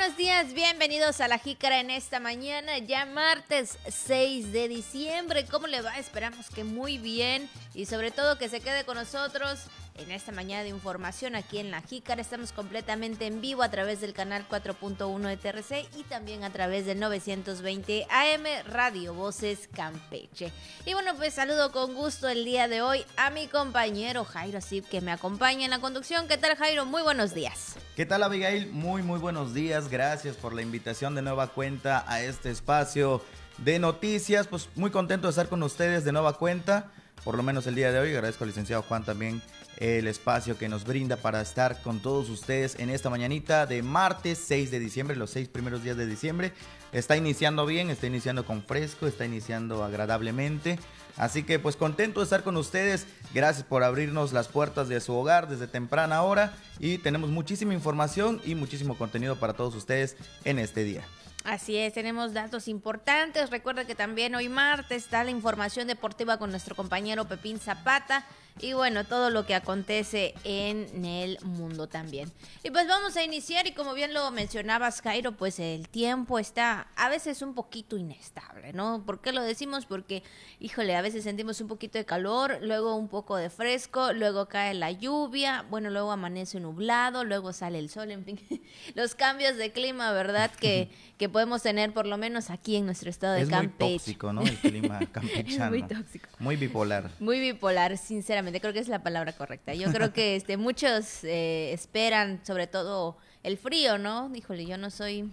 buenos días, bienvenidos a La Jícara en esta mañana, ya martes 6 de diciembre. ¿Cómo le va? Esperamos que muy bien y sobre todo que se quede con nosotros en esta mañana de información aquí en La Jícara. Estamos completamente en vivo a través del canal 4.1 de TRC y también a través del 920 AM Radio Voces Campeche. Y bueno, pues saludo con gusto el día de hoy a mi compañero Jairo Asib, que me acompaña en la conducción. ¿Qué tal, Jairo? Muy buenos días. ¿Qué tal, Abigail? Muy buenos días. Gracias por la invitación de nueva cuenta a este espacio de noticias. Pues muy contento de estar con ustedes de nueva cuenta, por lo menos el día de hoy. Agradezco al licenciado Juan también el espacio que nos brinda para estar con todos ustedes en esta mañanita de martes 6 de diciembre, los 6 primeros días de diciembre. Está iniciando bien, está iniciando con fresco, está iniciando agradablemente. Así que pues contento de estar con ustedes. Gracias por abrirnos las puertas de su hogar desde temprana hora. Y tenemos muchísima información y muchísimo contenido para todos ustedes en este día. Así es, tenemos datos importantes. Recuerda que también hoy martes está la información deportiva con nuestro compañero Pepín Zapata. Y bueno, todo lo que acontece en el mundo también. Y pues vamos a iniciar y como bien lo mencionabas, Jairo, pues el tiempo está a veces un poquito inestable, ¿no? ¿Por qué lo decimos? Porque, híjole, a veces sentimos un poquito de calor, luego un poco de fresco, luego cae la lluvia, bueno, luego amanece nublado, luego sale el sol, en fin. Los cambios de clima, ¿verdad? Que podemos tener por lo menos aquí en nuestro estado de Campeche. Es muy tóxico, ¿no? El clima campechano. Es muy tóxico. Muy bipolar. Muy bipolar, sinceramente. Creo que es la palabra correcta. Yo creo que muchos esperan sobre todo el frío, ¿no? Híjole, yo no soy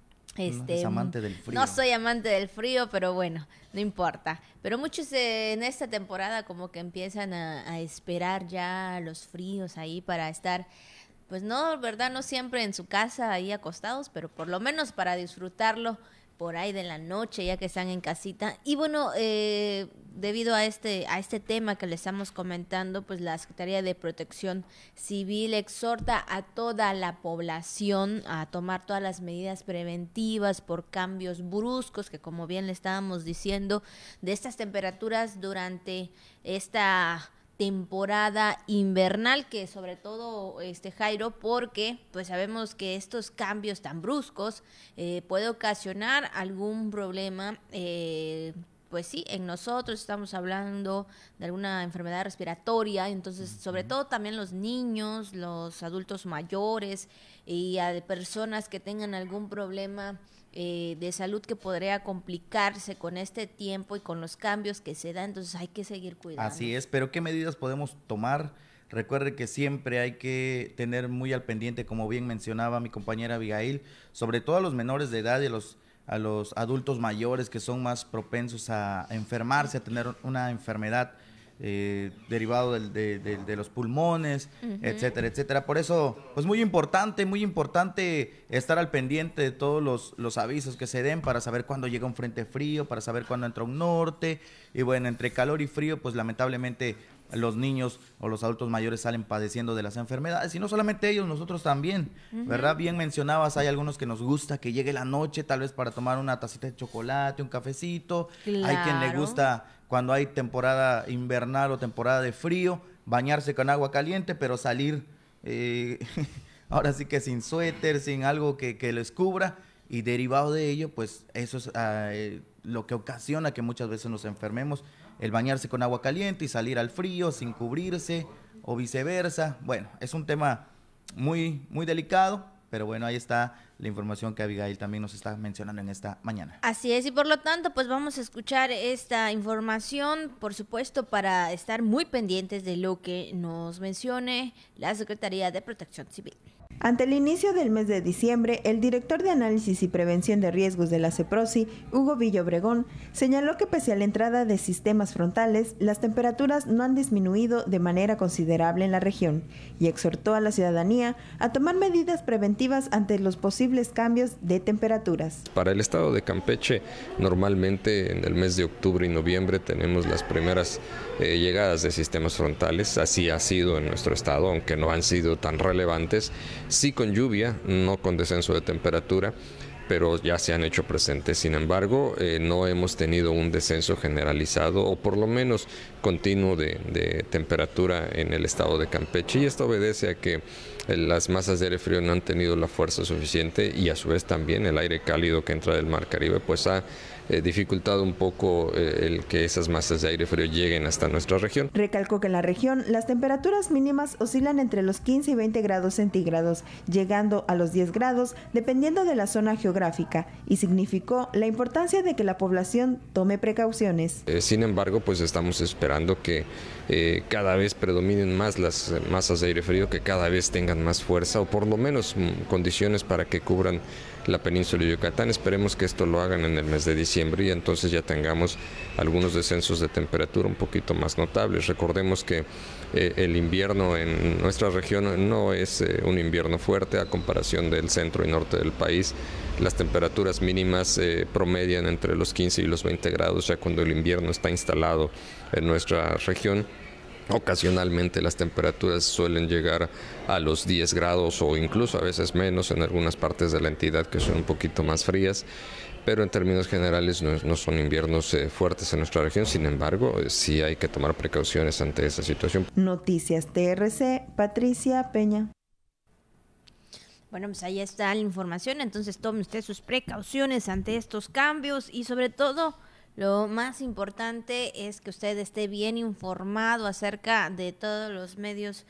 no es amante del frío. No soy amante del frío, pero bueno, no importa. Pero muchos en esta temporada como que empiezan a esperar ya los fríos ahí para estar, pues no, ¿verdad? No siempre en su casa ahí acostados, pero por lo menos para disfrutarlo por ahí de la noche, ya que están en casita. Y bueno, debido a este tema que le estamos comentando, pues la Secretaría de Protección Civil exhorta a toda la población a tomar todas las medidas preventivas por cambios bruscos, que como bien le estábamos diciendo, de estas temperaturas durante esta temporada invernal, que sobre todo Jairo, porque pues sabemos que estos cambios tan bruscos puede ocasionar algún problema, pues sí, en nosotros estamos hablando de alguna enfermedad respiratoria, entonces sobre todo también los niños, los adultos mayores y a personas que tengan algún problema de salud que podría complicarse con este tiempo y con los cambios que se dan, entonces hay que seguir cuidando. Así es, pero ¿qué medidas podemos tomar? Recuerde que siempre hay que tener muy al pendiente, como bien mencionaba mi compañera Abigail, sobre todo a los menores de edad y a los adultos mayores que son más propensos a enfermarse, a tener una enfermedad derivado de los pulmones, etcétera, etcétera. Por eso, pues muy importante estar al pendiente de todos los avisos que se den para saber cuándo llega un frente frío, para saber cuándo entra un norte. Y bueno, entre calor y frío, pues lamentablemente los niños o los adultos mayores salen padeciendo de las enfermedades, y no solamente ellos, nosotros también, ¿verdad? Bien mencionabas, hay algunos que nos gusta que llegue la noche, tal vez para tomar una tacita de chocolate, un cafecito. Claro. Hay quien le gusta cuando hay temporada invernal o temporada de frío, bañarse con agua caliente, pero salir ahora sí que sin suéter, sin algo que les cubra, y derivado de ello, pues eso es lo que ocasiona que muchas veces nos enfermemos, el bañarse con agua caliente y salir al frío sin cubrirse o viceversa. Bueno, es un tema muy delicado, pero bueno, ahí está la información que Abigail también nos está mencionando en esta mañana. Así es, y por lo tanto, pues vamos a escuchar esta información, por supuesto, para estar muy pendientes de lo que nos mencione la Secretaría de Protección Civil. Ante el inicio del mes de diciembre, el director de Análisis y Prevención de Riesgos de la CEPROSI, Hugo Villa Obregón, señaló que pese a la entrada de sistemas frontales, las temperaturas no han disminuido de manera considerable en la región y exhortó a la ciudadanía a tomar medidas preventivas ante los posibles cambios de temperaturas. Para el estado de Campeche, normalmente en el mes de octubre y noviembre tenemos las primeras llegadas de sistemas frontales. Así ha sido en nuestro estado, aunque no han sido tan relevantes. Sí con lluvia, no con descenso de temperatura, pero ya se han hecho presentes. Sin embargo, no hemos tenido un descenso generalizado o por lo menos continuo de temperatura en el estado de Campeche, y esto obedece a que las masas de aire frío no han tenido la fuerza suficiente y a su vez también el aire cálido que entra del Mar Caribe pues ha dificultado un poco el que esas masas de aire frío lleguen hasta nuestra región. Recalcó que en la región las temperaturas mínimas oscilan entre los 15 y 20 grados centígrados, llegando a los 10 grados dependiendo de la zona geográfica, y significó la importancia de que la población tome precauciones. Sin embargo, pues estamos esperando que cada vez predominen más las masas de aire frío, que cada vez tengan más fuerza o por lo menos condiciones para que cubran la península de Yucatán. Esperemos que esto lo hagan en el mes de diciembre y entonces ya tengamos algunos descensos de temperatura un poquito más notables. Recordemos que el invierno en nuestra región no es un invierno fuerte a comparación del centro y norte del país. Las temperaturas mínimas promedian entre los 15 y los 20 grados ya cuando el invierno está instalado en nuestra región. Ocasionalmente las temperaturas suelen llegar a los 10 grados o incluso a veces menos en algunas partes de la entidad que son un poquito más frías, pero en términos generales no son inviernos fuertes en nuestra región. Sin embargo, sí hay que tomar precauciones ante esa situación. Noticias TRC, Patricia Peña. Bueno, pues ahí está la información, entonces tome usted sus precauciones ante estos cambios y sobre todo lo más importante es que usted esté bien informado acerca de todos los medios,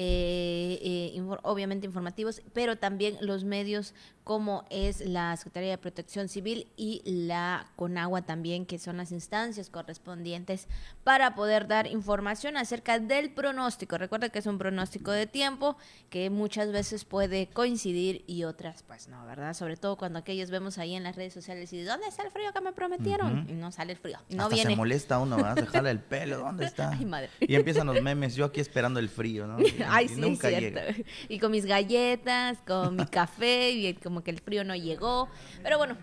obviamente informativos, pero también los medios como es la Secretaría de Protección Civil y la CONAGUA también, que son las instancias correspondientes para poder dar información acerca del pronóstico. Recuerda que es un pronóstico de tiempo que muchas veces puede coincidir y otras pues no, ¿verdad? Sobre todo cuando aquellos vemos ahí en las redes sociales y ¿dónde está el frío que me prometieron? Y no sale el frío, y no hasta viene. Se molesta uno, ¿verdad? Se jala el pelo, ¿dónde está? Ay, madre. Y empiezan los memes, yo aquí esperando el frío, ¿no? Ay, y sí, nunca cierto. llega. Y con mis galletas, con mi café, y como que el frío no llegó. Pero bueno,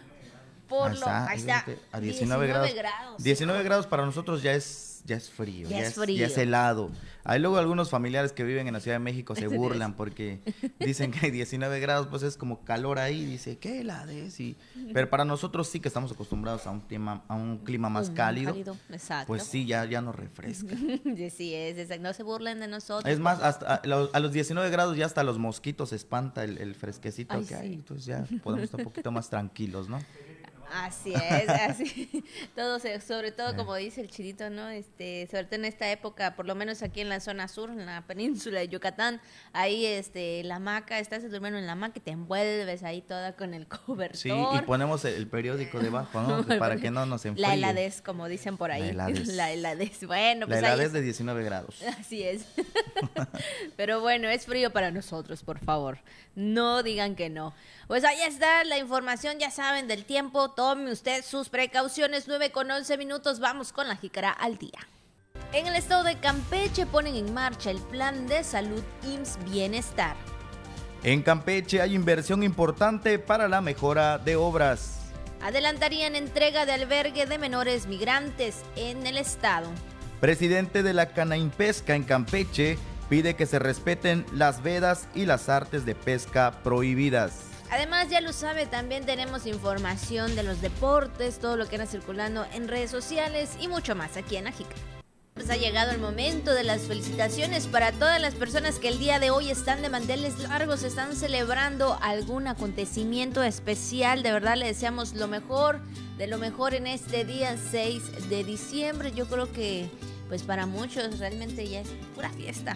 ahí está. A 19 grados. 19 grados para nosotros ya es frío, ya es helado. Hay luego algunos familiares que viven en la Ciudad de México se burlan porque dicen que 19 grados pues es como calor ahí, dice, qué heladez. Pero para nosotros sí que estamos acostumbrados a un clima más cálido. Exacto. Pues sí, ya nos refresca. Sí, no se burlen de nosotros. Es más, hasta a los 19 grados ya hasta los mosquitos espanta el fresquecito. Ay, que hay, entonces ya podemos estar un poquito más tranquilos, ¿no? Así es, así. Sobre todo como dice el Chirito, ¿no? Sobre todo en esta época, por lo menos aquí en la zona sur, en la península de Yucatán, ahí la hamaca, estás durmiendo en la hamaca y te envuelves ahí toda con el cobertor. Sí, y ponemos el periódico debajo, ¿no? Para que no nos enfríe. La heladez, como dicen por ahí. La heladez. Bueno, pues la heladez de 19 grados. Así es. Pero bueno, es frío para nosotros, por favor. No digan que no. Pues ahí está la información, ya saben, del tiempo. Tome usted sus precauciones. 9:11, vamos con la jícara al día. En el estado de Campeche ponen en marcha el plan de salud IMSS Bienestar. En Campeche hay inversión importante para la mejora de obras. Adelantarían entrega de albergue de menores migrantes en el estado. Presidente de la Canaimpesca en Campeche pide que se respeten las vedas y las artes de pesca prohibidas. Además, ya lo sabe, también tenemos información de los deportes, todo lo que anda circulando en redes sociales y mucho más aquí en Ajica. Pues ha llegado el momento de las felicitaciones para todas las personas que el día de hoy están de manteles largos, están celebrando algún acontecimiento especial. De verdad le deseamos lo mejor, de lo mejor en este día 6 de diciembre. Yo creo que pues para muchos realmente ya es pura fiesta.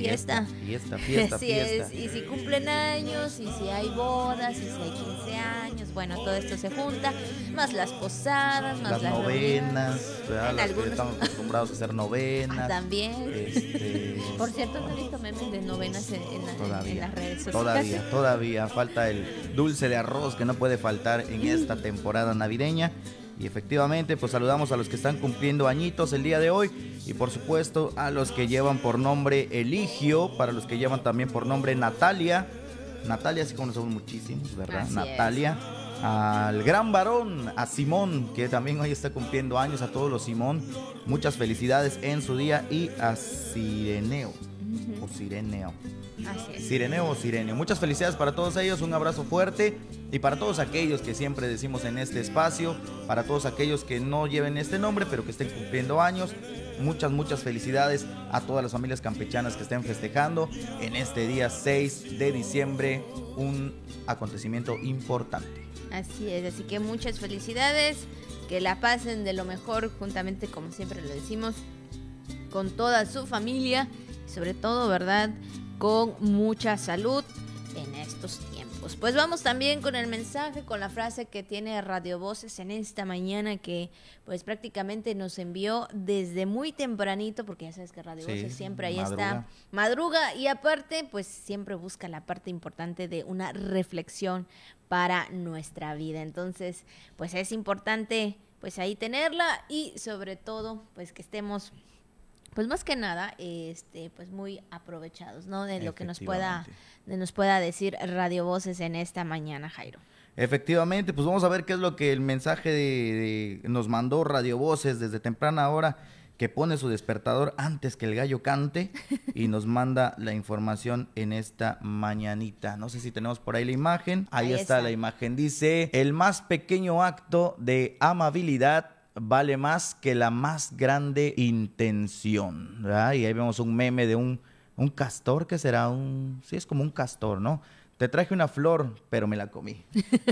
Así es, y si cumplen años, y si hay bodas, y si hay 15 años, bueno, todo esto se junta, más las posadas, más las novenas, ¿verdad? Algunos estamos acostumbrados a hacer novenas. También. Por cierto, no he visto memes de novenas en las redes sociales. Todavía falta el dulce de arroz que no puede faltar en esta temporada navideña. Y efectivamente, pues saludamos a los que están cumpliendo añitos el día de hoy y por supuesto a los que llevan por nombre Eligio, para los que llevan también por nombre Natalia, así como somos muchísimos, ¿verdad? Así Natalia, al gran varón, a Simón, que también hoy está cumpliendo años, a todos los Simón, muchas felicidades en su día, y a Sireneo, Así es. Sireneo o Sirenio. Muchas felicidades para todos ellos, un abrazo fuerte y para todos aquellos que siempre decimos en este espacio, para todos aquellos que no lleven este nombre pero que estén cumpliendo años, muchas felicidades a todas las familias campechanas que estén festejando en este día 6 de diciembre, un acontecimiento importante. Así es, así que muchas felicidades, que la pasen de lo mejor juntamente, como siempre lo decimos, con toda su familia y sobre todo, ¿verdad?, con mucha salud en estos tiempos. Pues vamos también con el mensaje, con la frase que tiene Radio Voces en esta mañana, que pues prácticamente nos envió desde muy tempranito, porque ya sabes que Radio Voces siempre ahí está, madruga, y aparte pues siempre busca la parte importante de una reflexión para nuestra vida. Entonces pues es importante pues ahí tenerla y sobre todo pues que estemos pues más que nada, pues muy aprovechados, ¿no? De lo que nos pueda decir Radio Voces en esta mañana, Jairo. Efectivamente, pues vamos a ver qué es lo que el mensaje nos mandó Radio Voces desde temprana hora, que pone su despertador antes que el gallo cante y nos manda la información en esta mañanita. No sé si tenemos por ahí la imagen. Ahí está la imagen. Dice: el más pequeño acto de amabilidad vale más que la más grande intención, ¿verdad? Y ahí vemos un meme de un castor, que será sí, es como un castor, ¿no? Te traje una flor, pero me la comí.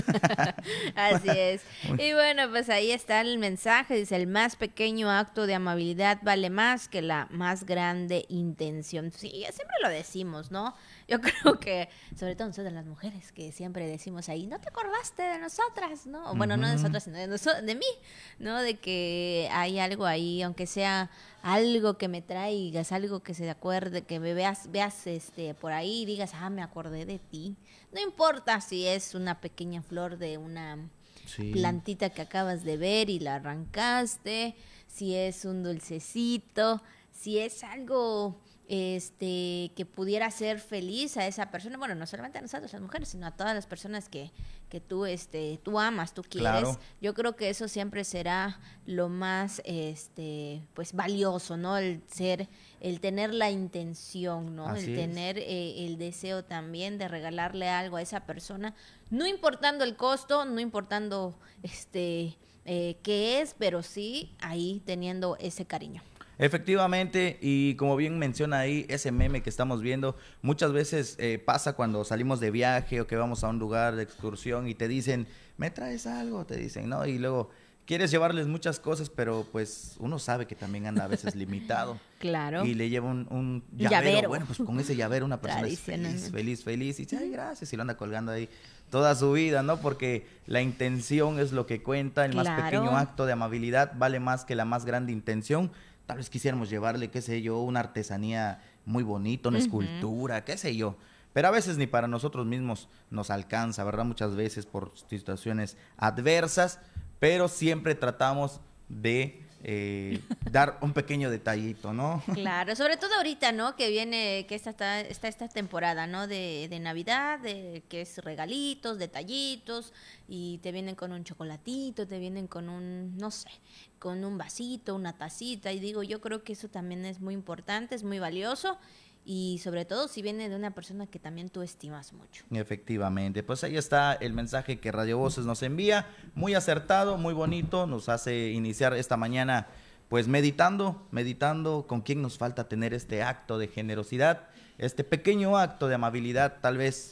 Así es. Y bueno, pues ahí está el mensaje. Dice: el más pequeño acto de amabilidad vale más que la más grande intención. Sí, siempre lo decimos, ¿no? Yo creo que, sobre todo nosotras las mujeres, que siempre decimos ahí, no te acordaste de nosotras, ¿no? Bueno, no de nosotras, sino de mí, ¿no? De que hay algo ahí, aunque sea algo que me traigas, algo que se acuerde, que me veas por ahí y digas, me acordé de ti. No importa si es una pequeña flor de una plantita que acabas de ver y la arrancaste, si es un dulcecito, si es algo que pudiera hacer feliz a esa persona, bueno, no solamente a nosotros las mujeres, sino a todas las personas que tú amas, tú quieres. Claro. Yo creo que eso siempre será lo más pues valioso, ¿no? El tener la intención, ¿no? Así tener el deseo también de regalarle algo a esa persona, no importando el costo, no importando qué es, pero sí ahí teniendo ese cariño. Efectivamente, y como bien menciona ahí, ese meme que estamos viendo, muchas veces pasa cuando salimos de viaje o que vamos a un lugar de excursión y te dicen, ¿me traes algo? Te dicen, ¿no? Y luego quieres llevarles muchas cosas, pero pues uno sabe que también anda a veces limitado. Claro. Y le lleva un llavero. Bueno, pues con ese llavero una persona es feliz, y dice, ay, gracias, y lo anda colgando ahí toda su vida, ¿no? Porque la intención es lo que cuenta, el más pequeño acto de amabilidad vale más que la más grande intención. Tal vez quisiéramos llevarle, qué sé yo, una artesanía muy bonita, una escultura, qué sé yo. Pero a veces ni para nosotros mismos nos alcanza, ¿verdad? Muchas veces por situaciones adversas, pero siempre tratamos de dar un pequeño detallito, ¿no? Claro, sobre todo ahorita, ¿no? Que viene, que está esta temporada, ¿no? De Navidad, que es regalitos, detallitos, y te vienen con un chocolatito, te vienen con un, no sé, con un vasito, una tacita, y digo, yo creo que eso también es muy importante, es muy valioso, y sobre todo si viene de una persona que también tú estimas mucho. Efectivamente, pues ahí está el mensaje que Radio Voces nos envía, muy acertado, muy bonito, nos hace iniciar esta mañana pues meditando con quién nos falta tener este acto de generosidad, este pequeño acto de amabilidad, tal vez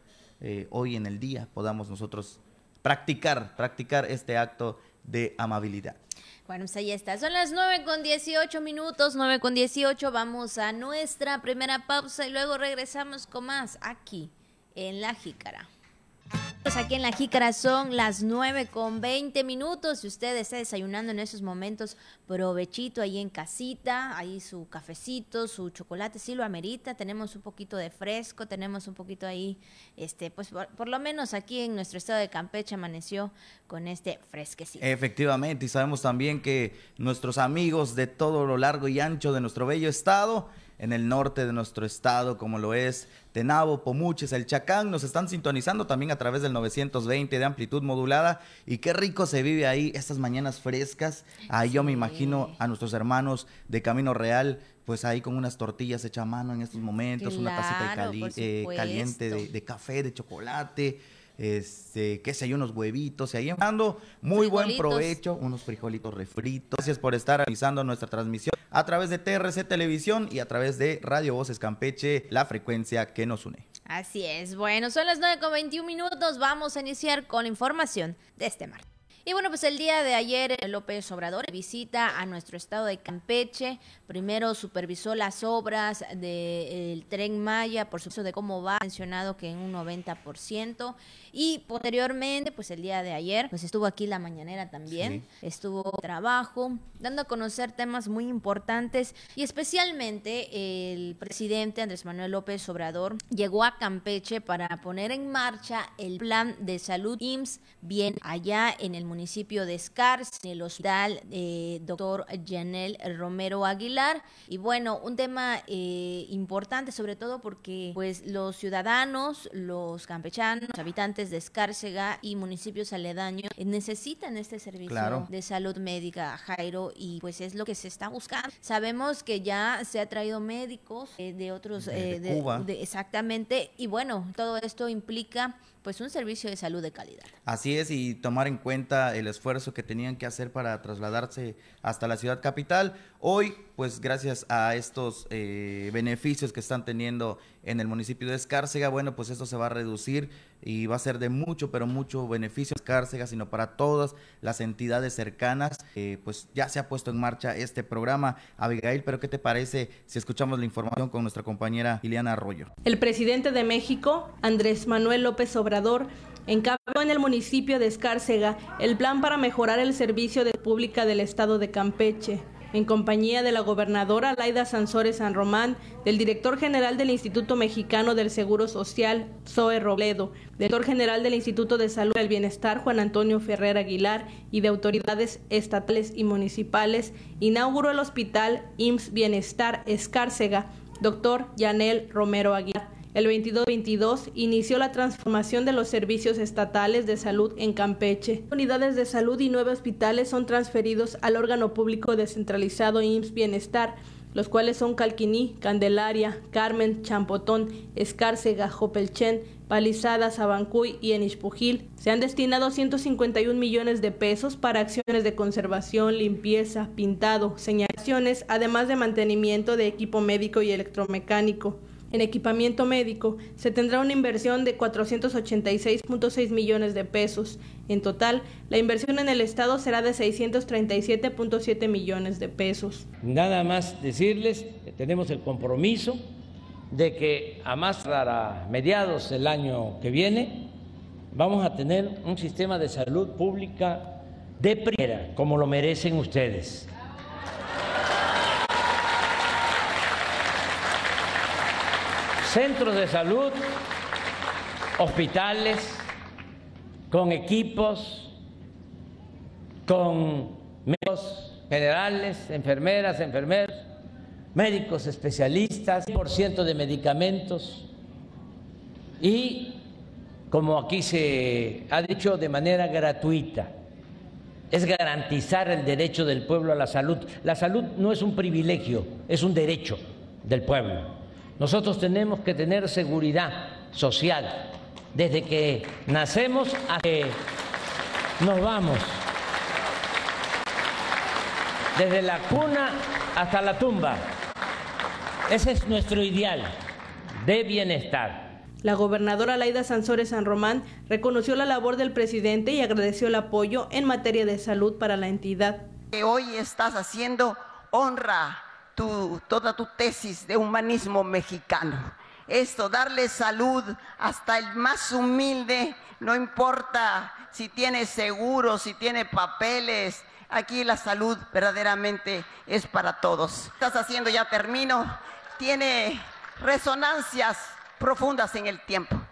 hoy en el día podamos nosotros practicar este acto de amabilidad. Bueno, pues ahí está. Son las 9:18 minutos, 9:18. Vamos a nuestra primera pausa y luego regresamos con más aquí en La Jícara. Pues aquí en La Jícara son las 9:20 minutos. Si usted está desayunando en esos momentos, provechito ahí en casita, ahí su cafecito, su chocolate, sí lo amerita. Tenemos un poquito de fresco, tenemos un poquito ahí, pues por lo menos aquí en nuestro estado de Campeche amaneció con este fresquecito. Efectivamente, y sabemos también que nuestros amigos de todo lo largo y ancho de nuestro bello estado en el norte de nuestro estado, como lo es Tenabo, Pomuches, El Chacán, nos están sintonizando también a través del 920 de amplitud modulada, y qué rico se vive ahí estas mañanas frescas. Ahí yo me imagino a nuestros hermanos de Camino Real, pues ahí con unas tortillas hechas a mano en estos momentos, una tacita caliente de café, de chocolate, qué sé yo, unos huevitos, y ahí dando muy buen provecho, unos frijolitos refritos. Gracias por estar realizando nuestra transmisión a través de TRC Televisión y a través de Radio Voces Campeche, la frecuencia que nos une. Así es, bueno, son las 9:21, vamos a iniciar con la información de este martes. Y bueno, pues el día de ayer López Obrador visita a nuestro estado de Campeche. Primero supervisó las obras del Tren Maya, por supuesto de cómo va, mencionado que en un 90%. Y posteriormente, pues el día de ayer, pues estuvo aquí la mañanera también, estuvo trabajo, dando a conocer temas muy importantes, y especialmente el presidente Andrés Manuel López Obrador llegó a Campeche para poner en marcha el plan de salud IMSS Bien allá en el municipio de Escárcega, en el hospital doctor Yanel Romero Aguilar. Y bueno, un tema importante, sobre todo porque pues los ciudadanos, los campechanos, los habitantes de Escárcega y municipios aledaños necesitan este servicio de salud médica, Jairo, y pues es lo que se está buscando. Sabemos que ya se ha traído médicos de otros de Cuba. Exactamente, y bueno, todo esto implica pues un servicio de salud de calidad. Así es, y tomar en cuenta el esfuerzo que tenían que hacer para trasladarse hasta la ciudad capital. Hoy, pues gracias a estos beneficios que están teniendo en el municipio de Escárcega, bueno, pues esto se va a reducir y va a ser de mucho, pero mucho beneficio a Escárcega, sino para todas las entidades cercanas. Pues ya se ha puesto en marcha este programa. Abigail, pero ¿qué te parece si escuchamos la información con nuestra compañera Ileana Arroyo? El presidente de México, Andrés Manuel López Obrador, encabezó en el municipio de Escárcega el plan para mejorar el servicio de pública del estado de Campeche, en compañía de la gobernadora Laida Sansores San Román, del director general del Instituto Mexicano del Seguro Social, Zoe Robledo, del director general del Instituto de Salud del Bienestar, Juan Antonio Ferrer Aguilar, y de autoridades estatales y municipales, inauguró el hospital IMSS Bienestar Escárcega, doctor Yanel Romero Aguilar. El 22 inició la transformación de los servicios estatales de salud en Campeche. Unidades de salud y 9 hospitales son transferidos al órgano público descentralizado IMSS Bienestar, los cuales son Calquiní, Candelaria, Carmen, Champotón, Escárcega, Jopelchen, Palizada, Sabancuy y en Ixpujil. Se han destinado 151 millones de pesos para acciones de conservación, limpieza, pintado, señalizaciones, además de mantenimiento de equipo médico y electromecánico. En equipamiento médico se tendrá una inversión de 486.6 millones de pesos. En total, la inversión en el estado será de 637.7 millones de pesos. Nada más decirles que tenemos el compromiso de que a más tardar a mediados del año que viene vamos a tener un sistema de salud pública de primera, como lo merecen ustedes. Centros de salud, hospitales, con equipos, con médicos generales, enfermeras, enfermeros, médicos especialistas, 100% de medicamentos y, como aquí se ha dicho, de manera gratuita. Es garantizar el derecho del pueblo a la salud. La salud no es un privilegio, es un derecho del pueblo. Nosotros tenemos que tener seguridad social desde que nacemos hasta que nos vamos, desde la cuna hasta la tumba. Ese es nuestro ideal de bienestar. La gobernadora Laida Sansores San Román reconoció la labor del presidente y agradeció el apoyo en materia de salud para la entidad. Hoy estás haciendo honra toda tu tesis de humanismo mexicano. Esto, darle salud hasta el más humilde, no importa si tiene seguro, si tiene papeles, aquí la salud verdaderamente es para todos. Estás haciendo, ya termino, tiene resonancias profundas en el tiempo.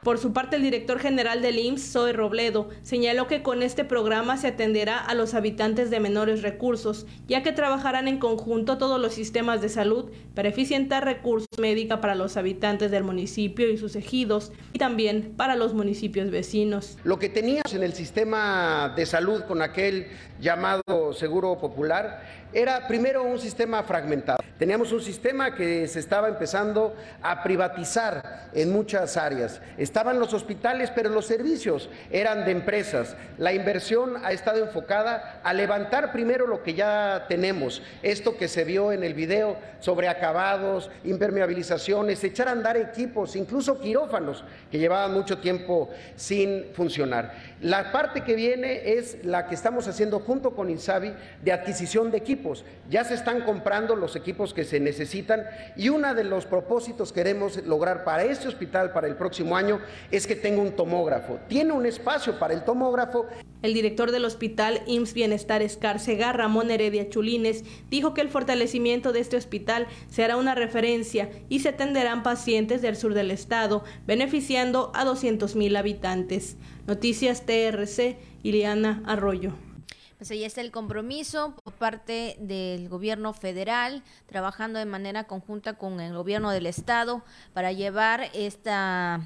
Por su parte, el director general del IMSS, Zoe Robledo, señaló que con este programa se atenderá a los habitantes de menores recursos, ya que trabajarán en conjunto todos los sistemas de salud para eficientar recursos médicos para los habitantes del municipio y sus ejidos, y también para los municipios vecinos. Lo que teníamos en el sistema de salud con aquel llamado Seguro Popular era primero un sistema fragmentado. Teníamos un sistema que se estaba empezando a privatizar en muchas áreas. Estaban los hospitales, pero los servicios eran de empresas. La inversión ha estado enfocada a levantar primero lo que ya tenemos. Esto que se vio en el video sobre acabados, impermeabilizaciones, echar a andar equipos, incluso quirófanos que llevaban mucho tiempo sin funcionar. La parte que viene es la que estamos haciendo junto con INSABI de adquisición de equipos. Ya se están comprando los equipos que se necesitan y uno de los propósitos que queremos lograr para este hospital para el próximo año es que tenga un tomógrafo. Tiene un espacio para el tomógrafo. El director del hospital IMSS Bienestar Escárcega, Ramón Heredia Chulines, dijo que el fortalecimiento de este hospital será una referencia y se atenderán pacientes del sur del estado, beneficiando a 200,000 habitantes. Noticias TRC, Ileana Arroyo. Pues ahí está el compromiso por parte del gobierno federal, trabajando de manera conjunta con el gobierno del estado para llevar esta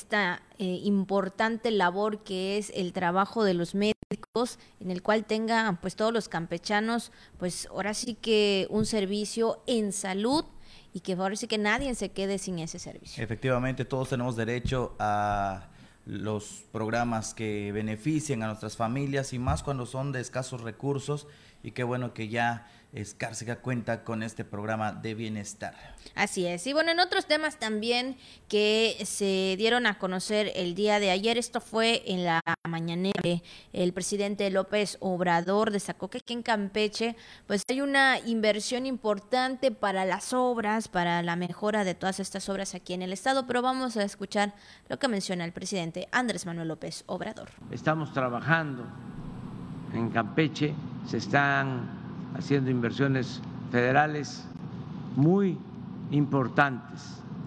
importante labor que es el trabajo de los médicos, en el cual tengan pues todos los campechanos pues ahora sí que un servicio en salud y que ahora sí que nadie se quede sin ese servicio. Efectivamente, todos tenemos derecho a los programas que benefician a nuestras familias y más cuando son de escasos recursos, y qué bueno que ya Escárcega cuenta con este programa de bienestar. Así es. Y bueno, en otros temas también que se dieron a conocer el día de ayer, esto fue en la mañanera, el presidente López Obrador destacó que aquí en Campeche pues hay una inversión importante para las obras, para la mejora de todas estas obras aquí en el estado, pero vamos a escuchar lo que menciona el presidente Andrés Manuel López Obrador. Estamos trabajando en Campeche, se están haciendo inversiones federales muy importantes.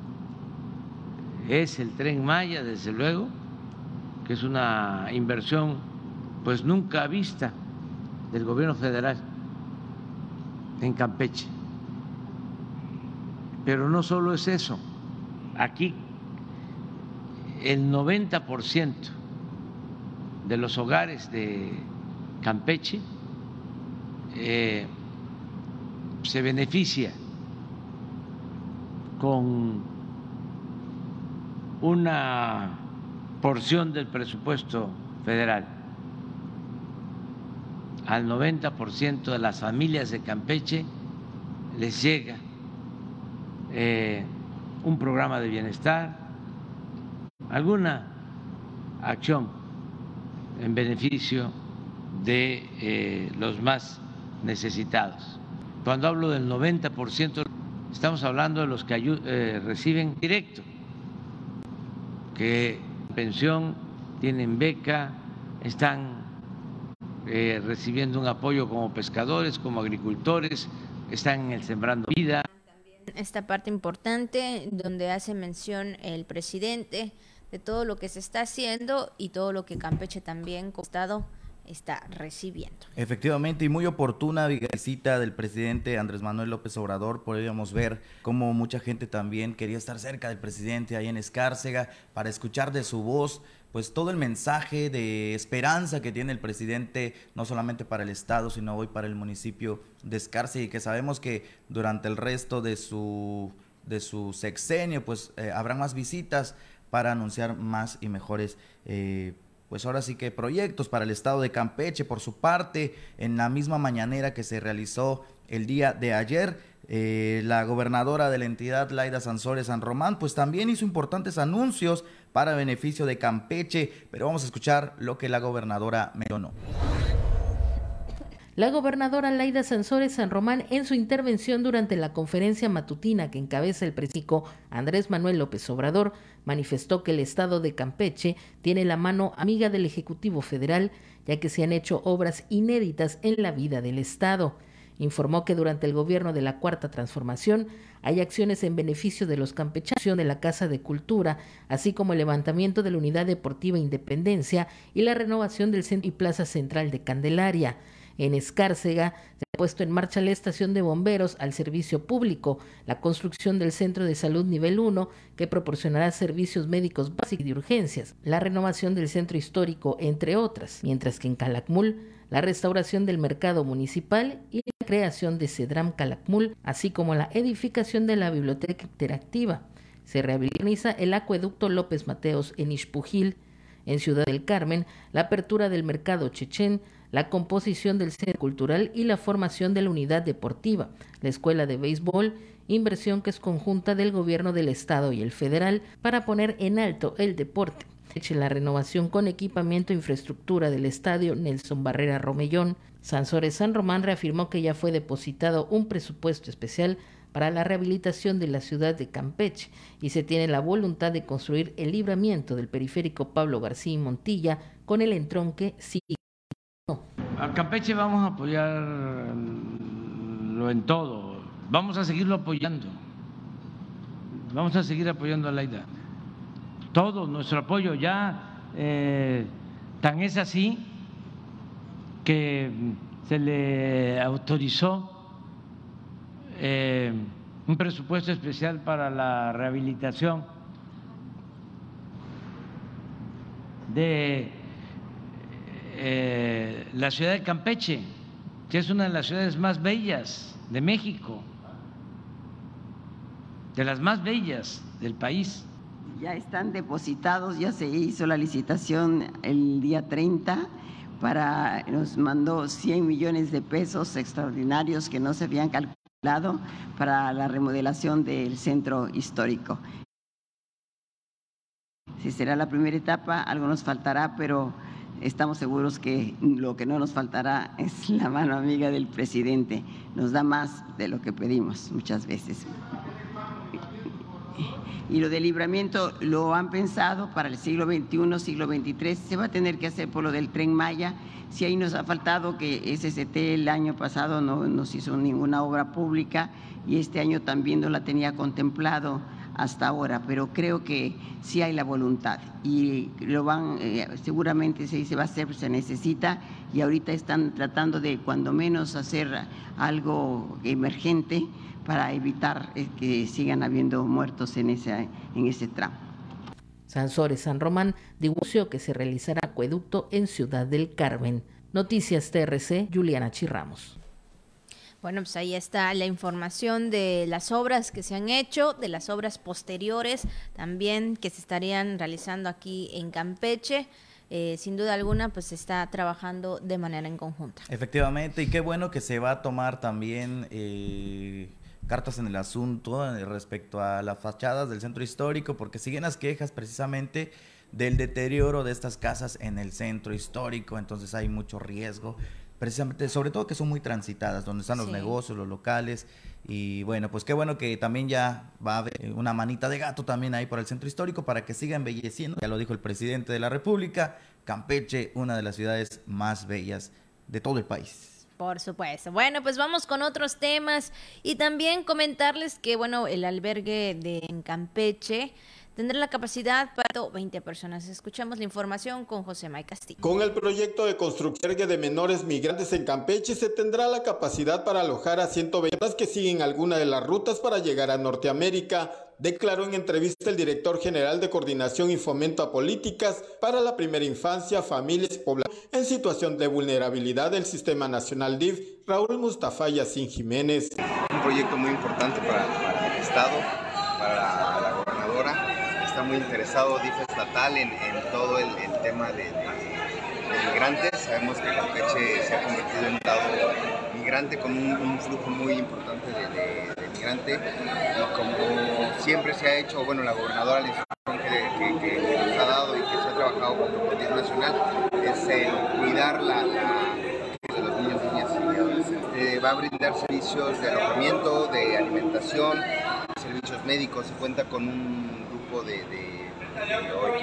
Es el Tren Maya, desde luego, que es una inversión pues nunca vista del gobierno federal en Campeche. Pero no solo es eso, aquí el 90% de los hogares de Campeche se beneficia con una porción del presupuesto federal. Al 90% de las familias de Campeche les llega un programa de bienestar, alguna acción en beneficio de los más necesitados. Cuando hablo del 90%, estamos hablando de los que reciben directo, que pensión, tienen beca, están recibiendo un apoyo como pescadores, como agricultores, están en el Sembrando Vida. Esta parte importante donde hace mención el presidente de todo lo que se está haciendo y todo lo que Campeche también como estado está recibiendo. Efectivamente, y muy oportuna visita del presidente Andrés Manuel López Obrador. Podríamos ver cómo mucha gente también quería estar cerca del presidente ahí en Escárcega para escuchar de su voz pues todo el mensaje de esperanza que tiene el presidente, no solamente para el estado, sino hoy para el municipio de Escárcega, y que sabemos que durante el resto de su sexenio pues habrán más visitas para anunciar más y mejores pues ahora sí que proyectos para el estado de Campeche. Por su parte, en la misma mañanera que se realizó el día de ayer, la gobernadora de la entidad, Laida Sansores San Román, pues también hizo importantes anuncios para beneficio de Campeche, pero vamos a escuchar lo que la gobernadora mencionó. La gobernadora Laida Sansores San Román, en su intervención durante la conferencia matutina que encabeza el presidente Andrés Manuel López Obrador, manifestó que el estado de Campeche tiene la mano amiga del Ejecutivo Federal, ya que se han hecho obras inéditas en la vida del estado. Informó que durante el gobierno de la Cuarta Transformación hay acciones en beneficio de los campechanos de la Casa de Cultura, así como el levantamiento de la Unidad Deportiva Independencia y la renovación del Centro y Plaza Central de Candelaria. En Escárcega se ha puesto en marcha la estación de bomberos al servicio público, la construcción del Centro de Salud Nivel 1, que proporcionará servicios médicos básicos y de urgencias, la renovación del centro histórico, entre otras, mientras que en Calakmul, la restauración del mercado municipal y la creación de Cedram Calakmul, así como la edificación de la biblioteca interactiva. Se rehabilita el acueducto López Mateos en Ixpujil. En Ciudad del Carmen, la apertura del mercado Chechen, la composición del centro cultural y la formación de la unidad deportiva, la escuela de béisbol, inversión que es conjunta del gobierno del estado y el federal para poner en alto el deporte. La renovación con equipamiento e infraestructura del estadio Nelson Barrera Romellón. Sansores San Román reafirmó que ya fue depositado un presupuesto especial para la rehabilitación de la ciudad de Campeche y se tiene la voluntad de construir el libramiento del periférico Pablo García y Montilla con el entronque A Campeche vamos a apoyarlo en todo, vamos a seguirlo apoyando, vamos a seguir apoyando a Laida. Todo nuestro apoyo ya, tan es así que se le autorizó un presupuesto especial para la rehabilitación de la ciudad de Campeche, que es una de las ciudades más bellas de México, de las más bellas del país. Ya están depositados, ya se hizo la licitación el día 30, nos mandó 100 millones de pesos extraordinarios que no se habían calculado para la remodelación del centro histórico. Si será la primera etapa, algo nos faltará, pero estamos seguros que lo que no nos faltará es la mano amiga del presidente. Nos da más de lo que pedimos muchas veces. Y lo del libramiento lo han pensado para el siglo XXI, siglo XXIII. Se va a tener que hacer por lo del Tren Maya. Si ahí nos ha faltado que SST el año pasado no nos hizo ninguna obra pública y este año también no la tenía contemplado hasta ahora, pero creo que sí hay la voluntad y lo van, seguramente se va a hacer, se necesita, y ahorita están tratando de cuando menos hacer algo emergente para evitar que sigan habiendo muertos en ese tramo. Sansores San Román denunció que se realizará acueducto en Ciudad del Carmen. Noticias TRC, Juliana Chirramos. Bueno, pues ahí está la información de las obras que se han hecho, de las obras posteriores también que se estarían realizando aquí en Campeche. Sin duda alguna, pues se está trabajando de manera en conjunta. Efectivamente, y qué bueno que se va a tomar también cartas en el asunto respecto a las fachadas del centro histórico, porque siguen las quejas precisamente del deterioro de estas casas en el centro histórico, entonces hay mucho riesgo, precisamente, sobre todo que son muy transitadas, donde están los negocios, los locales, y bueno, pues qué bueno que también ya va a haber una manita de gato también ahí por el centro histórico para que siga embelleciendo, ya lo dijo el presidente de la República, Campeche, una de las ciudades más bellas de todo el país. Por supuesto. Bueno, pues vamos con otros temas y también comentarles que, bueno, el albergue en Campeche tendrá la capacidad para 20 personas. Escuchamos la información con José May Castillo. Con el proyecto de construcción de menores migrantes en Campeche se tendrá la capacidad para alojar a 120 personas que siguen alguna de las rutas para llegar a Norteamérica, declaró en entrevista el director general de Coordinación y Fomento a Políticas para la Primera Infancia, Familias y Población en situación de vulnerabilidad del Sistema Nacional DIF, Raúl Mustafa Yacín Jiménez. Un proyecto muy importante para el Estado, para la gobernadora. Está muy interesado DIF estatal en todo el tema de migrantes. Sabemos que Campeche se ha convertido en un estado migrante con un flujo muy importante de migrante, y como siempre se ha hecho, bueno, la gobernadora la instrucción que nos ha dado y que se ha trabajado con el Gobierno Nacional es cuidar de los niños, niñas y adolescentes. Va a brindar servicios de alojamiento, de alimentación, servicios médicos. Se cuenta con un grupo de equipos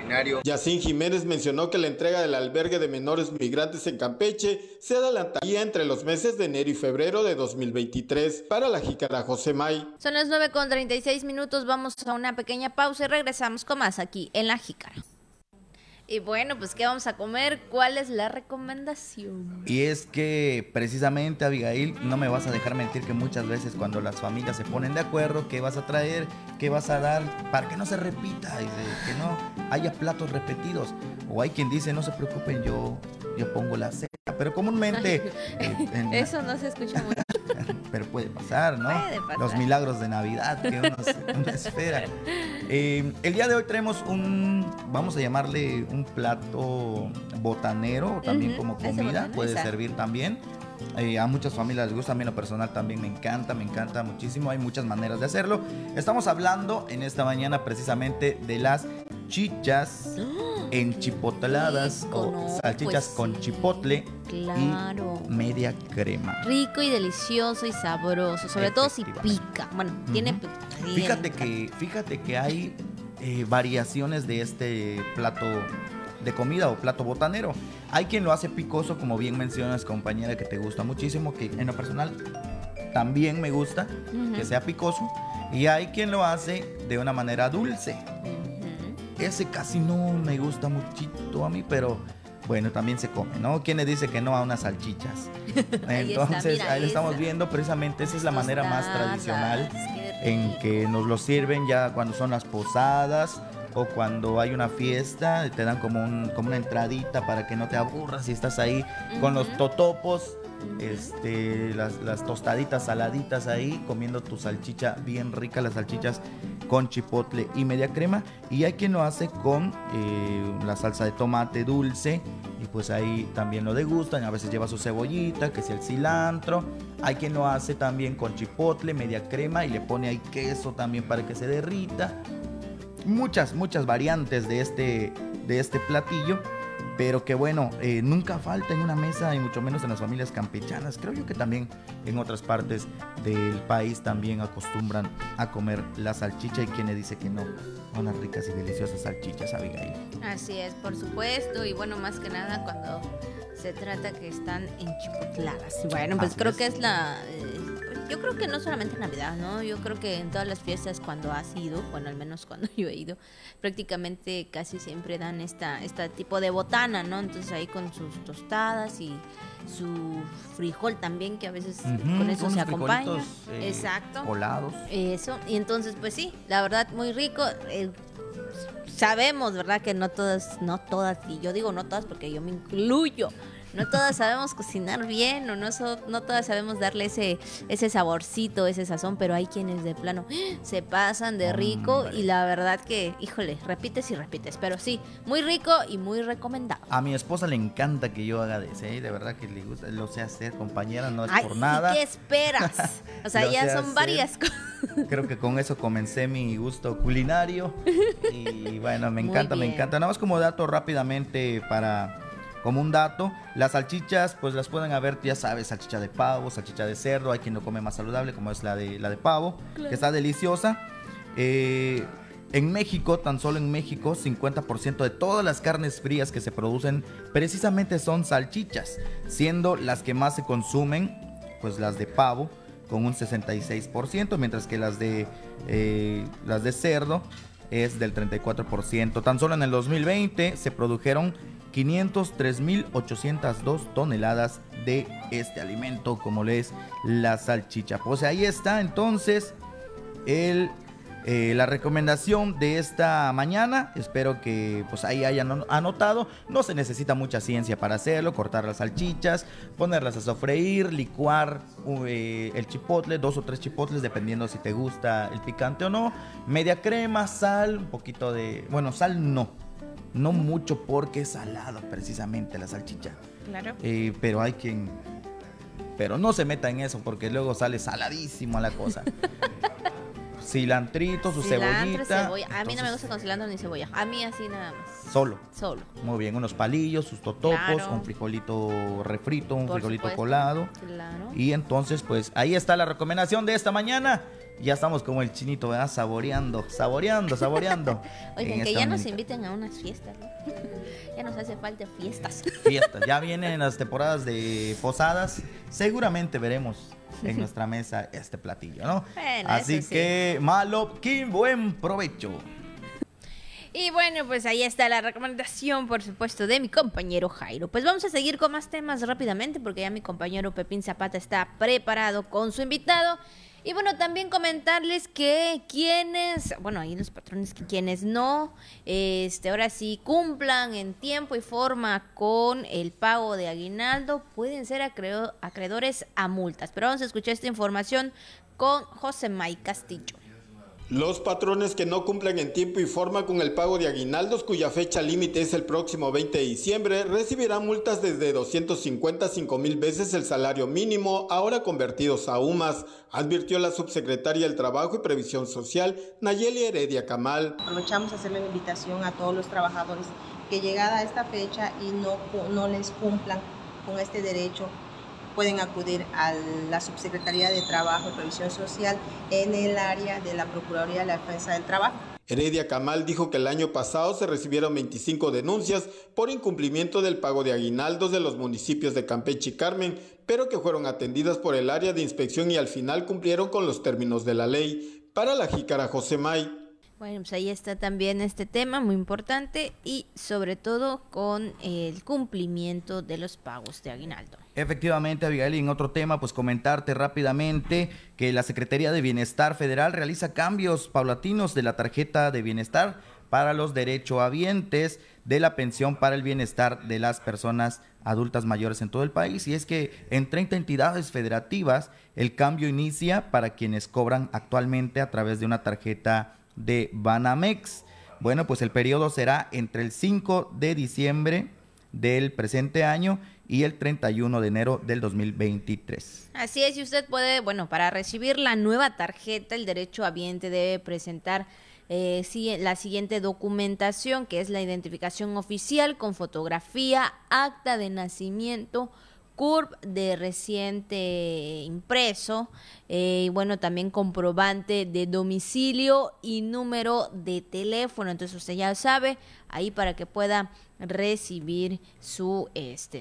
extraordinario. Yacín Jiménez mencionó que la entrega del albergue de menores migrantes en Campeche se adelantaría entre los meses de enero y febrero de 2023. Para La Jícara, José May. Son las 9:36, vamos a una pequeña pausa y regresamos con más aquí en La Jícara. Y bueno, pues ¿qué vamos a comer? ¿Cuál es la recomendación? Y es que precisamente, Abigail, no me vas a dejar mentir que muchas veces cuando las familias se ponen de acuerdo, qué vas a traer, qué vas a dar, para que no se repita, que no haya platos repetidos. O hay quien dice, no se preocupen, yo pongo la cena. Pero comúnmente... Eso no se escucha mucho. Pero puede pasar, ¿no? Puede pasar. Los milagros de Navidad que uno espera. El día de hoy traemos vamos a llamarle un plato botanero, también como comida, puede servir también. A muchas familias les gusta, a mí en lo personal también me encanta muchísimo, hay muchas maneras de hacerlo. Estamos hablando en esta mañana precisamente de las chichas enchipotladas o salchichas pues con chipotle claro. Y media crema. Rico y delicioso y sabroso, sobre todo si pica. Bueno, tiene... Fíjate que hay variaciones de este plato de comida o plato botanero. Hay quien lo hace picoso, como bien mencionas, compañera, que te gusta muchísimo, que en lo personal también me gusta que sea picoso. Y hay quien lo hace de una manera dulce. Ese casi no me gusta muchito a mí, pero bueno, también se come, ¿no? ¿Quién le dice que no a unas salchichas? Entonces, ahí lo estamos viendo, precisamente esa es la manera más tradicional en que nos lo sirven ya cuando son las posadas o cuando hay una fiesta, te dan como una entradita para que no te aburras si estás ahí con los totopos, las tostaditas saladitas ahí, comiendo tu salchicha bien rica, las salchichas con chipotle y media crema. Y hay quien lo hace con la salsa de tomate dulce y pues ahí también lo degustan, a veces lleva su cebollita, que sea el cilantro. Hay quien lo hace también con chipotle, media crema y le pone ahí queso también para que se derrita. Muchas variantes de este platillo, pero que bueno, nunca falta en una mesa y mucho menos en las familias campechanas. Creo yo que también en otras partes del país también acostumbran a comer la salchicha y quien le dice que no, unas ricas y deliciosas salchichas, Abigail. Así es, por supuesto, y bueno, más que nada cuando se trata que están enchipotladas. Bueno, pues Así creo es. que es yo creo que no solamente en Navidad, ¿no? Yo creo que en todas las fiestas cuando has ido, bueno, al menos cuando yo he ido, prácticamente casi siempre dan este tipo de botana, ¿no? Entonces ahí con sus tostadas y su frijol también, que a veces con eso se acompaña. Exacto. Colados. Eso, y entonces pues sí, la verdad muy rico. Sabemos, ¿verdad? Que no todas, y yo digo no todas porque yo me incluyo, no todas sabemos cocinar bien o no todas sabemos darle ese saborcito, ese sazón, pero hay quienes de plano se pasan de rico y la verdad que, híjole, repites y repites, pero sí, muy rico y muy recomendado. A mi esposa le encanta que yo haga de ese, de verdad que le gusta, lo sé hacer, compañera, no es Ay, por nada. ¿y qué esperas? O sea, ya son varias cosas. Creo que con eso comencé mi gusto culinario y bueno, me encanta. Nada más como dato rápidamente como un dato, las salchichas pues las pueden haber, ya sabes, salchicha de pavo, salchicha de cerdo, hay quien lo come más saludable como es la de pavo, claro, que está deliciosa. En México, tan solo en México, 50% de todas las carnes frías que se producen precisamente son salchichas, siendo las que más se consumen pues las de pavo con un 66%, mientras que las de cerdo es del 34%. Tan solo en el 2020 se produjeron 503.802 toneladas de este alimento, como le es la salchicha. Pues ahí está entonces la recomendación de esta mañana. Espero que pues ahí hayan anotado. No se necesita mucha ciencia para hacerlo. Cortar las salchichas, ponerlas a sofreír, licuar el chipotle, 2 o 3 chipotles dependiendo si te gusta el picante o no, media crema, sal, un poquito de... Bueno, sal no mucho porque es salado precisamente la salchicha. Claro. Pero hay quien... Pero no se meta en eso porque luego sale saladísimo la cosa. Cilantrito, su cebollita. Cebolla. A mí no me gusta con cilantro ni cebolla. A mí así nada más. Solo. Muy bien, unos palillos, sus totopos, claro, un frijolito refrito, un frijolito colado. Claro. Y entonces, pues ahí está la recomendación de esta mañana. Ya estamos como el chinito, ¿verdad? Saboreando. Oigan, que ya nos inviten a unas fiestas, ¿no? Ya nos hace falta fiestas. Fiestas, ya vienen las temporadas de posadas. Seguramente veremos en nuestra mesa este platillo, ¿no? Bueno, así sí. que, Malopkin, buen provecho. Y bueno, pues ahí está la recomendación, por supuesto, de mi compañero Jairo. Pues vamos a seguir con más temas rápidamente porque ya mi compañero Pepín Zapata está preparado con su invitado. Y bueno, también comentarles que ahí los patrones, que quienes no, ahora sí cumplan en tiempo y forma con el pago de aguinaldo, pueden ser acreedores a multas. Pero vamos a escuchar esta información con José May Castillo. Los patrones que no cumplan en tiempo y forma con el pago de aguinaldos, cuya fecha límite es el próximo 20 de diciembre, recibirán multas desde 250 a 5,000 veces el salario mínimo, ahora convertidos a UMAS, advirtió la subsecretaria del Trabajo y Previsión Social, Nayeli Heredia Camal. Aprovechamos a hacerle una invitación a todos los trabajadores que llegada a esta fecha y no les cumplan con este derecho, pueden acudir a la Subsecretaría de Trabajo y Previsión Social en el área de la Procuraduría de la Defensa del Trabajo. Heredia Camal dijo que el año pasado se recibieron 25 denuncias por incumplimiento del pago de aguinaldos de los municipios de Campeche y Carmen, pero que fueron atendidas por el área de inspección y al final cumplieron con los términos de la ley. Para la Jícara, José May. Bueno, pues ahí está también este tema muy importante y sobre todo con el cumplimiento de los pagos de aguinaldo. Efectivamente, Abigail, y en otro tema, pues comentarte rápidamente que la Secretaría de Bienestar Federal realiza cambios paulatinos de la tarjeta de bienestar para los derechohabientes de la pensión para el bienestar de las personas adultas mayores en todo el país. Y es que en 30 entidades federativas el cambio inicia para quienes cobran actualmente a través de una tarjeta de Banamex. Bueno, pues el periodo será entre el 5 de diciembre del presente año y el 31 de enero del 2023. Así es, y usted puede, para recibir la nueva tarjeta, el derechohabiente debe presentar la siguiente documentación, que es la identificación oficial con fotografía, acta de nacimiento, CURP de reciente impreso, y también comprobante de domicilio y número de teléfono. Entonces usted ya sabe, ahí para que pueda recibir su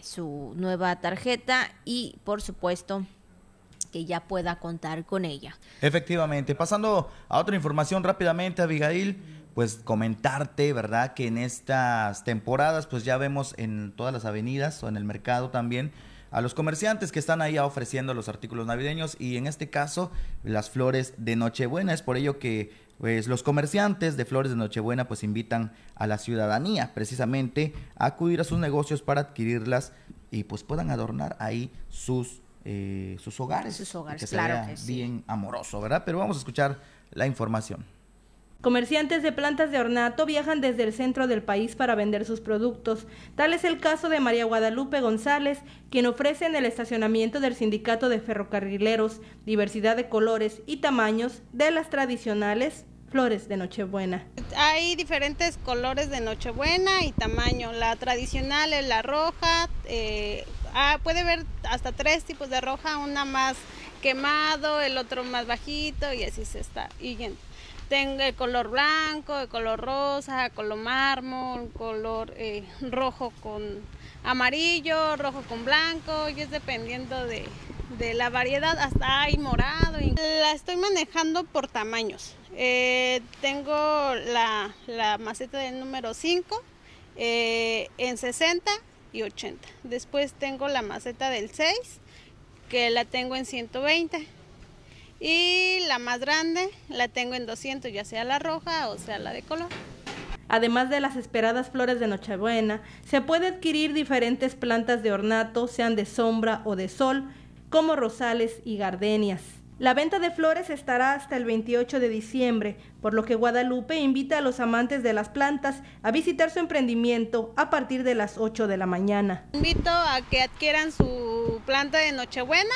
nueva tarjeta y por supuesto que ya pueda contar con ella. Efectivamente, pasando a otra información rápidamente, Abigail, pues comentarte, ¿verdad?, que en estas temporadas pues ya vemos en todas las avenidas o en el mercado también a los comerciantes que están ahí ofreciendo los artículos navideños y en este caso las flores de Nochebuena. Es por ello que pues los comerciantes de flores de Nochebuena pues invitan a la ciudadanía precisamente a acudir a sus negocios para adquirirlas y pues puedan adornar ahí sus hogares. Sus hogares, que claro sea que sí. Bien amoroso, ¿verdad? Pero vamos a escuchar la información. Comerciantes de plantas de ornato viajan desde el centro del país para vender sus productos. Tal es el caso de María Guadalupe González, quien ofrece en el estacionamiento del Sindicato de Ferrocarrileros diversidad de colores y tamaños de las tradicionales flores de Nochebuena. Hay diferentes colores de Nochebuena y tamaño. La tradicional es la roja, puede ver hasta 3 tipos de roja, una más quemado, el otro más bajito y así se está yendo. Tengo el color blanco, el color rosa, color mármol, color rojo con amarillo, rojo con blanco, y es dependiendo de la variedad, hasta hay morado. La estoy manejando por tamaños. Tengo la maceta del número 5 en 60 y 80. Después tengo la maceta del 6, que la tengo en 120. Y la más grande la tengo en 200, ya sea la roja o sea la de color. Además de las esperadas flores de Nochebuena, se puede adquirir diferentes plantas de ornato, sean de sombra o de sol, como rosales y gardenias. La venta de flores estará hasta el 28 de diciembre, por lo que Guadalupe invita a los amantes de las plantas a visitar su emprendimiento a partir de las 8 de la mañana. Invito a que adquieran su planta de Nochebuena.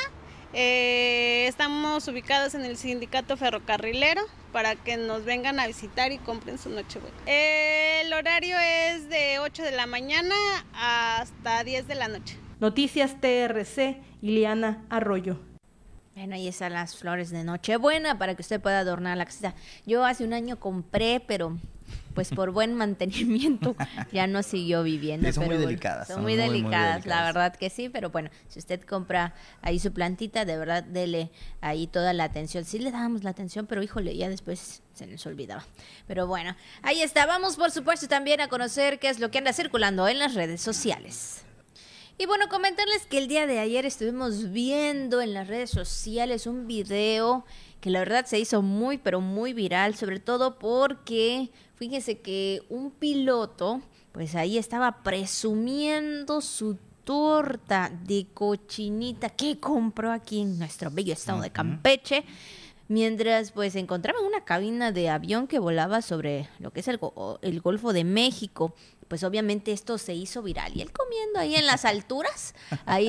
Estamos ubicados en el Sindicato Ferrocarrilero para que nos vengan a visitar y compren su Nochebuena. El horario es de 8 de la mañana hasta 10 de la noche. Noticias TRC, Ileana Arroyo. Bueno, ahí están las flores de Nochebuena para que usted pueda adornar la casita. Yo hace un año compré, pero pues por buen mantenimiento ya no siguió viviendo. Sí, son pero muy bueno, delicadas. Son muy delicadas, la verdad que sí, pero bueno, si usted compra ahí su plantita, de verdad, dele ahí toda la atención. Sí le dábamos la atención, pero híjole, ya después se nos olvidaba. Pero bueno, ahí está. Vamos, por supuesto, también a conocer qué es lo que anda circulando en las redes sociales. Y bueno, comentarles que el día de ayer estuvimos viendo en las redes sociales un video que la verdad se hizo muy, pero muy viral, sobre todo porque fíjense que un piloto, pues ahí estaba presumiendo su torta de cochinita que compró aquí en nuestro bello estado de Campeche, mientras pues se encontraba en una cabina de avión que volaba sobre lo que es el Golfo de México. Pues obviamente esto se hizo viral y él comiendo ahí en las alturas, ahí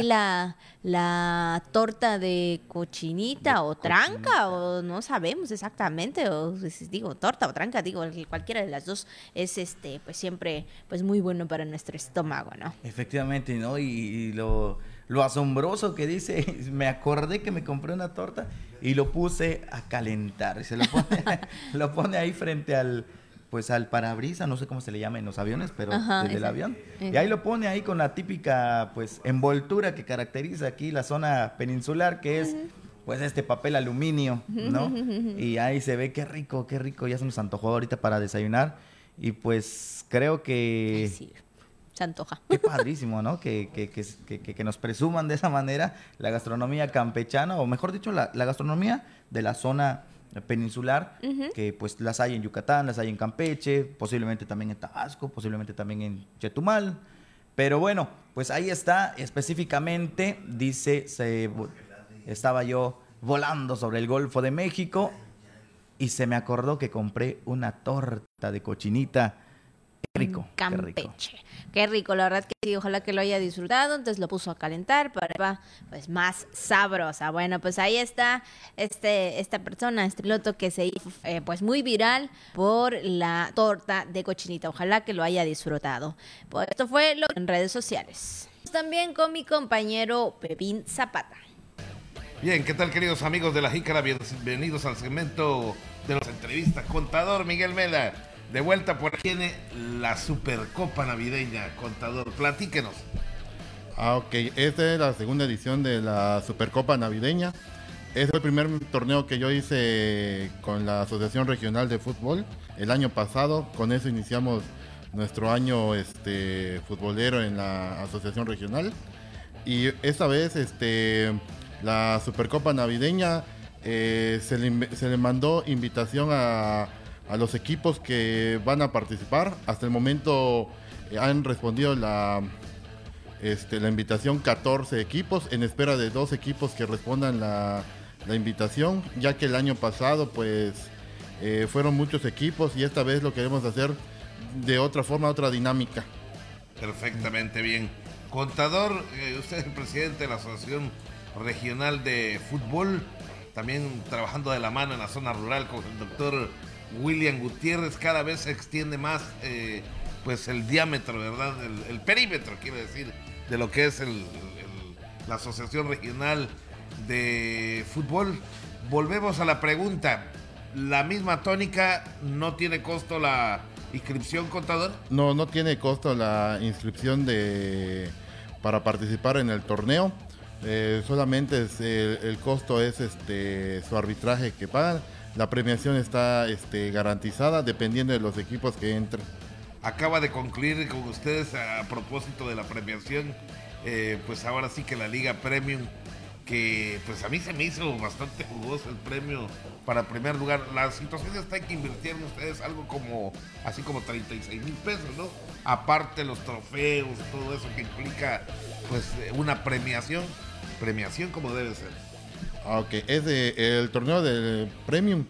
la torta de cochinita o tranca, o no sabemos exactamente, o digo torta o tranca, digo cualquiera de las dos es pues siempre pues muy bueno para nuestro estómago, ¿no? Efectivamente, ¿no? Y lo asombroso que dice, me acordé que me compré una torta y lo puse a calentar, y se lo pone ahí frente al parabrisas, no sé cómo se le llama en los aviones, pero desde el avión. Y ahí lo pone ahí con la típica, pues, envoltura que caracteriza aquí la zona peninsular, que es, pues, este papel aluminio, ¿no? Y ahí se ve qué rico, ya se nos antojó ahorita para desayunar. Y pues, creo que... Ay, sí, se antoja. Qué padrísimo, ¿no? Que nos presuman de esa manera la gastronomía campechana, o mejor dicho, la gastronomía de la zona peninsular, que pues las hay en Yucatán, las hay en Campeche, posiblemente también en Tabasco, posiblemente también en Chetumal, pero bueno, pues ahí está, específicamente dice, estaba yo volando sobre el Golfo de México y se me acordó que compré una torta de cochinita. Qué rico. Campeche. Qué rico, la verdad que sí, ojalá que lo haya disfrutado. Entonces lo puso a calentar para pues más sabrosa. Bueno, pues ahí está esta persona, este piloto que se hizo pues muy viral por la torta de cochinita. Ojalá que lo haya disfrutado. Pues esto fue lo en redes sociales. También con mi compañero Pepín Zapata. Bien, ¿qué tal, queridos amigos de La Jícara? Bienvenidos al segmento de las entrevistas. Contador Miguel Mela, de vuelta por aquí tiene la Supercopa Navideña. Contador, platíquenos. Ok, esta es la segunda edición de la Supercopa Navideña. Este fue el primer torneo que yo hice con la Asociación Regional de Fútbol el año pasado. Con eso iniciamos nuestro año futbolero en la Asociación Regional. Y esta vez la Supercopa Navideña se le mandó invitación a los equipos que van a participar. Hasta el momento han respondido la invitación 14 equipos, en espera de 2 equipos que respondan la invitación, ya que el año pasado pues fueron muchos equipos y esta vez lo queremos hacer de otra forma, otra dinámica. Perfectamente bien. Contador, usted es el presidente de la Asociación Regional de Fútbol, también trabajando de la mano en la zona rural con el doctor William Gutiérrez. Cada vez se extiende más pues el diámetro, ¿verdad? El perímetro, quiero decir, de lo que es la Asociación Regional de Fútbol. Volvemos a la pregunta. ¿La misma tónica, no tiene costo la inscripción, contador? No tiene costo la inscripción para participar en el torneo. Solamente el costo es su arbitraje que pagan. La premiación está garantizada dependiendo de los equipos que entren. Acaba de concluir con ustedes a propósito de la premiación, pues ahora sí que la Liga Premium, que pues a mí se me hizo bastante jugoso el premio para primer lugar. La situación está en que invirtieron ustedes algo así como 36,000 pesos, ¿no? Aparte los trofeos, todo eso que implica pues una premiación como debe ser. Ok, el torneo del Premium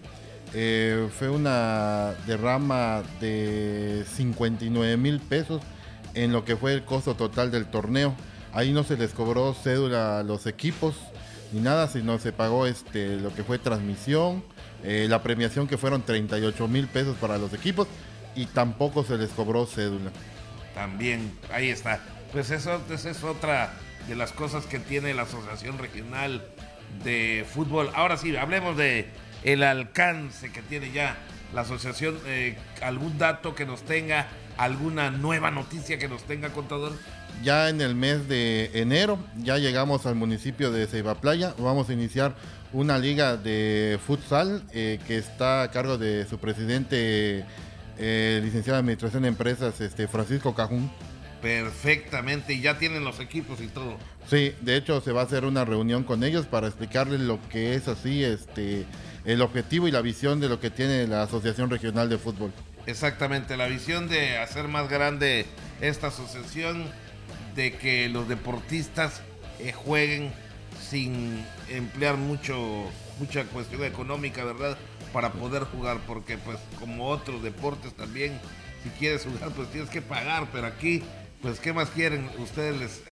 fue una derrama de 59,000 pesos en lo que fue el costo total del torneo. Ahí no se les cobró cédula a los equipos ni nada, sino se pagó lo que fue transmisión, la premiación que fueron 38,000 pesos para los equipos y tampoco se les cobró cédula. También, ahí está. Pues eso es otra de las cosas que tiene la Asociación Regional de fútbol. Ahora sí, hablemos de el alcance que tiene ya la asociación. ¿Algún dato que nos tenga, alguna nueva noticia que nos tenga, contador? Ya en el mes de enero ya llegamos al municipio de Ceiba Playa. Vamos a iniciar una liga de futsal que está a cargo de su presidente, licenciado en Administración de Empresas, Francisco Cajún. Perfectamente, y ya tienen los equipos y todo. Sí, de hecho se va a hacer una reunión con ellos para explicarles lo que es así, el objetivo y la visión de lo que tiene la Asociación Regional de Fútbol. Exactamente, la visión de hacer más grande esta asociación, de que los deportistas jueguen sin emplear mucha cuestión económica, ¿verdad? Para poder jugar, porque pues como otros deportes también, si quieres jugar pues tienes que pagar, pero aquí pues ¿qué más quieren? Ustedes les